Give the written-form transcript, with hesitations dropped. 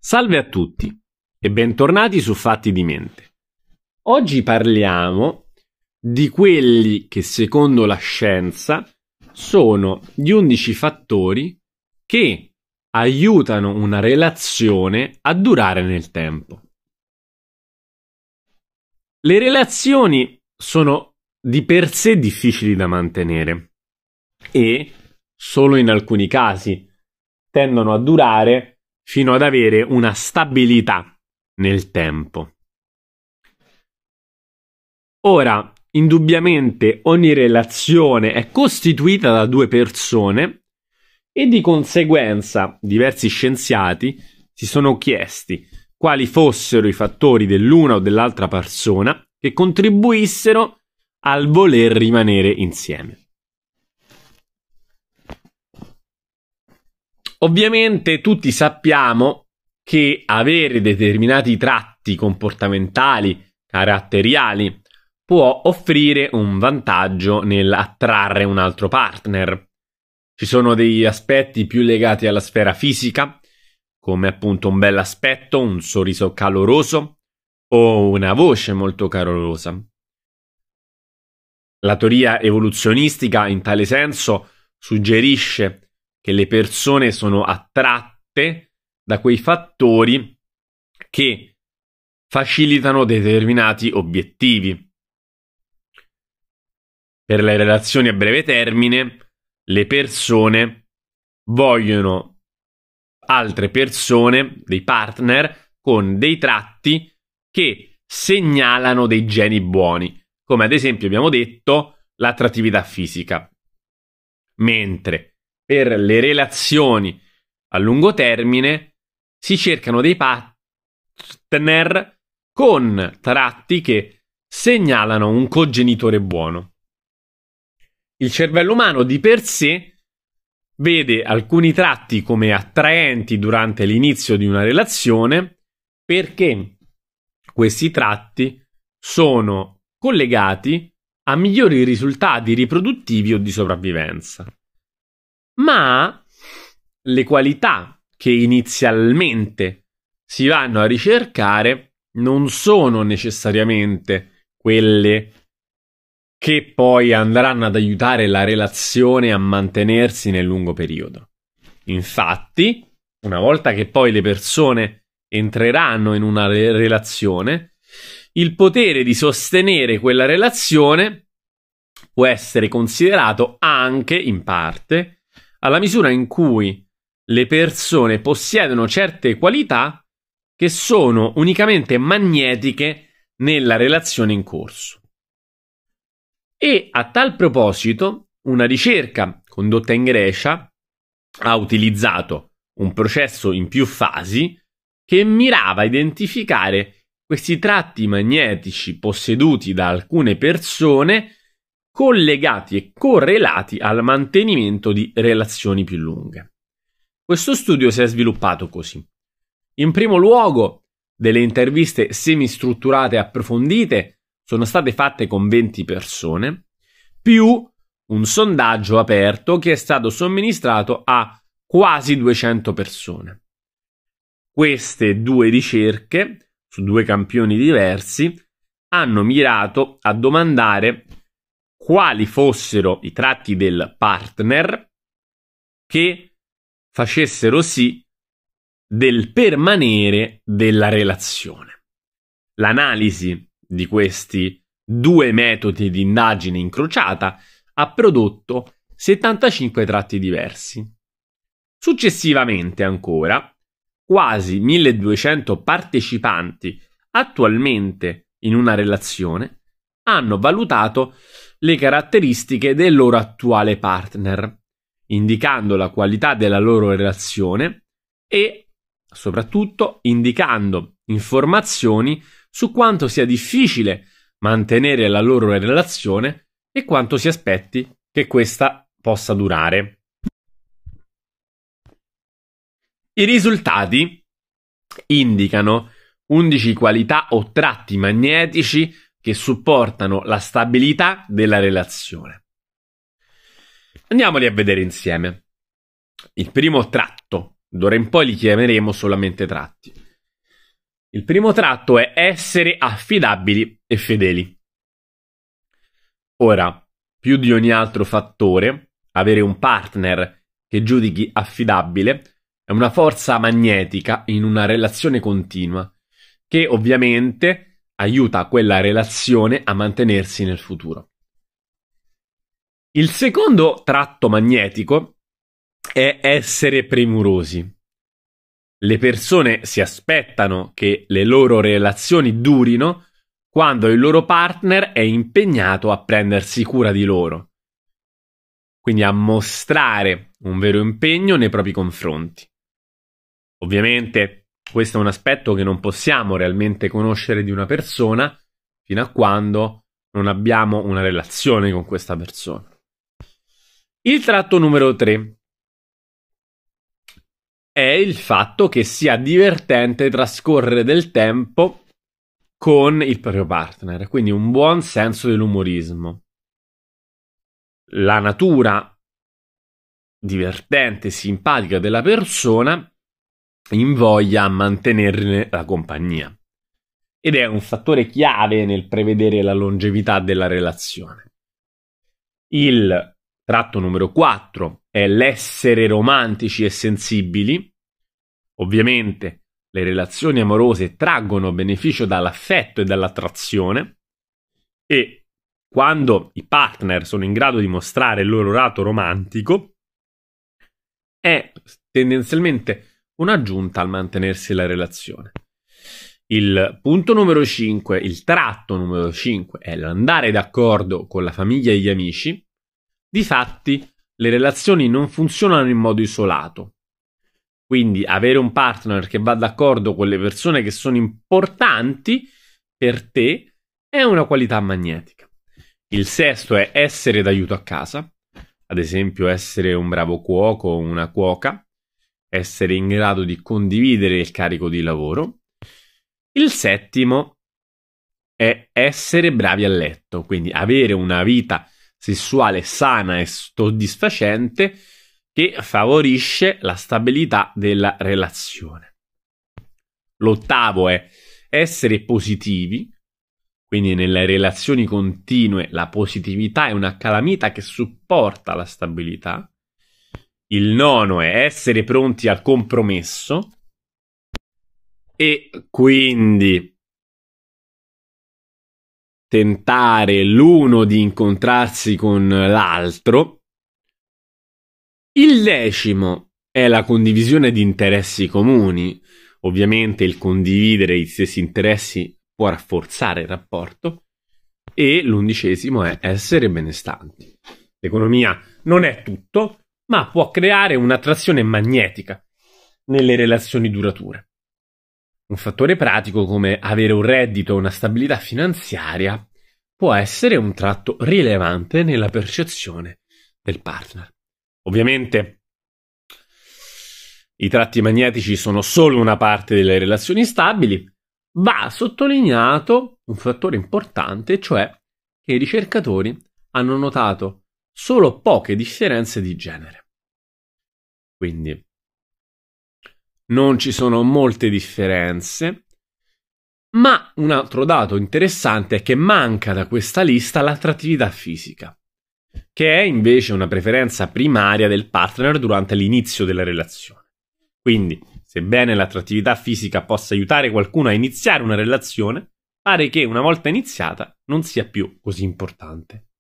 Salve a tutti e bentornati su Fatti di Mente. Oggi parliamo di quelli che secondo la scienza sono gli 11 fattori che aiutano una relazione a durare nel tempo. Le relazioni sono di per sé difficili da mantenere e solo in alcuni casi tendono a durare fino ad avere una stabilità nel tempo. Ora, indubbiamente ogni relazione è costituita da due persone e di conseguenza diversi scienziati si sono chiesti quali fossero i fattori dell'una o dell'altra persona che contribuissero al voler rimanere insieme. Ovviamente tutti sappiamo che avere determinati tratti comportamentali, caratteriali, può offrire un vantaggio nell'attrarre un altro partner. Ci sono degli aspetti più legati alla sfera fisica, come appunto un bell'aspetto, un sorriso caloroso o una voce molto calorosa. La teoria evoluzionistica in tale senso suggerisce che le persone sono attratte da quei fattori che facilitano determinati obiettivi. Per le relazioni a breve termine, le persone vogliono altre persone, dei partner, con dei tratti che segnalano dei geni buoni, come ad esempio abbiamo detto l'attrattività fisica. Mentre per le relazioni a lungo termine si cercano dei partner con tratti che segnalano un cogenitore buono. Il cervello umano di per sé vede alcuni tratti come attraenti durante l'inizio di una relazione perché questi tratti sono collegati a migliori risultati riproduttivi o di sopravvivenza. Ma le qualità che inizialmente si vanno a ricercare non sono necessariamente quelle che poi andranno ad aiutare la relazione a mantenersi nel lungo periodo. Infatti, una volta che poi le persone entreranno in una relazione, il potere di sostenere quella relazione può essere considerato anche, in parte, alla misura in cui le persone possiedono certe qualità che sono unicamente magnetiche nella relazione in corso. E a tal proposito, una ricerca condotta in Grecia ha utilizzato un processo in più fasi che mirava a identificare questi tratti magnetici posseduti da alcune persone collegati e correlati al mantenimento di relazioni più lunghe. Questo studio si è sviluppato così. In primo luogo, delle interviste semistrutturate e approfondite sono state fatte con 20 persone, più un sondaggio aperto che è stato somministrato a quasi 200 persone. Queste due ricerche, su due campioni diversi, hanno mirato a domandare quali fossero i tratti del partner che facessero sì del permanere della relazione. L'analisi di questi due metodi di indagine incrociata ha prodotto 75 tratti diversi. Successivamente ancora, quasi 1200 partecipanti attualmente in una relazione hanno valutato le caratteristiche del loro attuale partner, indicando la qualità della loro relazione e, soprattutto, indicando informazioni su quanto sia difficile mantenere la loro relazione e quanto si aspetti che questa possa durare. I risultati indicano 11 qualità o tratti magnetici che supportano la stabilità della relazione. Andiamoli a vedere insieme. Il primo tratto D'ora in poi li chiameremo solamente tratti. Il primo tratto è essere affidabili e fedeli. Ora, più di ogni altro fattore, avere un partner che giudichi affidabile è una forza magnetica in una relazione continua, che ovviamente aiuta quella relazione a mantenersi nel futuro. Il secondo tratto magnetico è essere premurosi. Le persone si aspettano che le loro relazioni durino quando il loro partner è impegnato a prendersi cura di loro, quindi a mostrare un vero impegno nei propri confronti. Ovviamente questo è un aspetto che non possiamo realmente conoscere di una persona fino a quando non abbiamo una relazione con questa persona. Il tratto numero 3 è il fatto che sia divertente trascorrere del tempo con il proprio partner, quindi un buon senso dell'umorismo. La natura divertente, simpatica della persona invoglia a mantenerne la compagnia ed è un fattore chiave nel prevedere la longevità della relazione. Il tratto numero 4 è l'essere romantici e sensibili. Ovviamente le relazioni amorose traggono beneficio dall'affetto e dall'attrazione e quando i partner sono in grado di mostrare il loro lato romantico è tendenzialmente un'aggiunta al mantenersi la relazione. Il punto numero 5, il tratto numero 5 è l'andare d'accordo con la famiglia e gli amici. Difatti le relazioni non funzionano in modo isolato. Quindi avere un partner che va d'accordo con le persone che sono importanti per te è una qualità magnetica. Il sesto è essere d'aiuto a casa, ad esempio essere un bravo cuoco o una cuoca, essere in grado di condividere il carico di lavoro. Il settimo è essere bravi a letto, quindi avere una vita sessuale sana e soddisfacente che favorisce la stabilità della relazione. L'ottavo è essere positivi, quindi nelle relazioni continue la positività è una calamita che supporta la stabilità. Il nono è essere pronti al compromesso e quindi tentare l'uno di incontrarsi con l'altro. Il decimo è la condivisione di interessi comuni. Ovviamente il condividere gli stessi interessi può rafforzare il rapporto. E l'undicesimo è essere benestanti. L'economia non è tutto, ma può creare un'attrazione magnetica nelle relazioni durature. Un fattore pratico come avere un reddito o una stabilità finanziaria può essere un tratto rilevante nella percezione del partner. Ovviamente i tratti magnetici sono solo una parte delle relazioni stabili. Va sottolineato un fattore importante, cioè che i ricercatori hanno notato solo poche differenze di genere. Quindi non ci sono molte differenze, ma un altro dato interessante è che manca da questa lista l'attrattività fisica, che è invece una preferenza primaria del partner durante l'inizio della relazione. Quindi, sebbene l'attrattività fisica possa aiutare qualcuno a iniziare una relazione, pare che una volta iniziata non sia più così importante.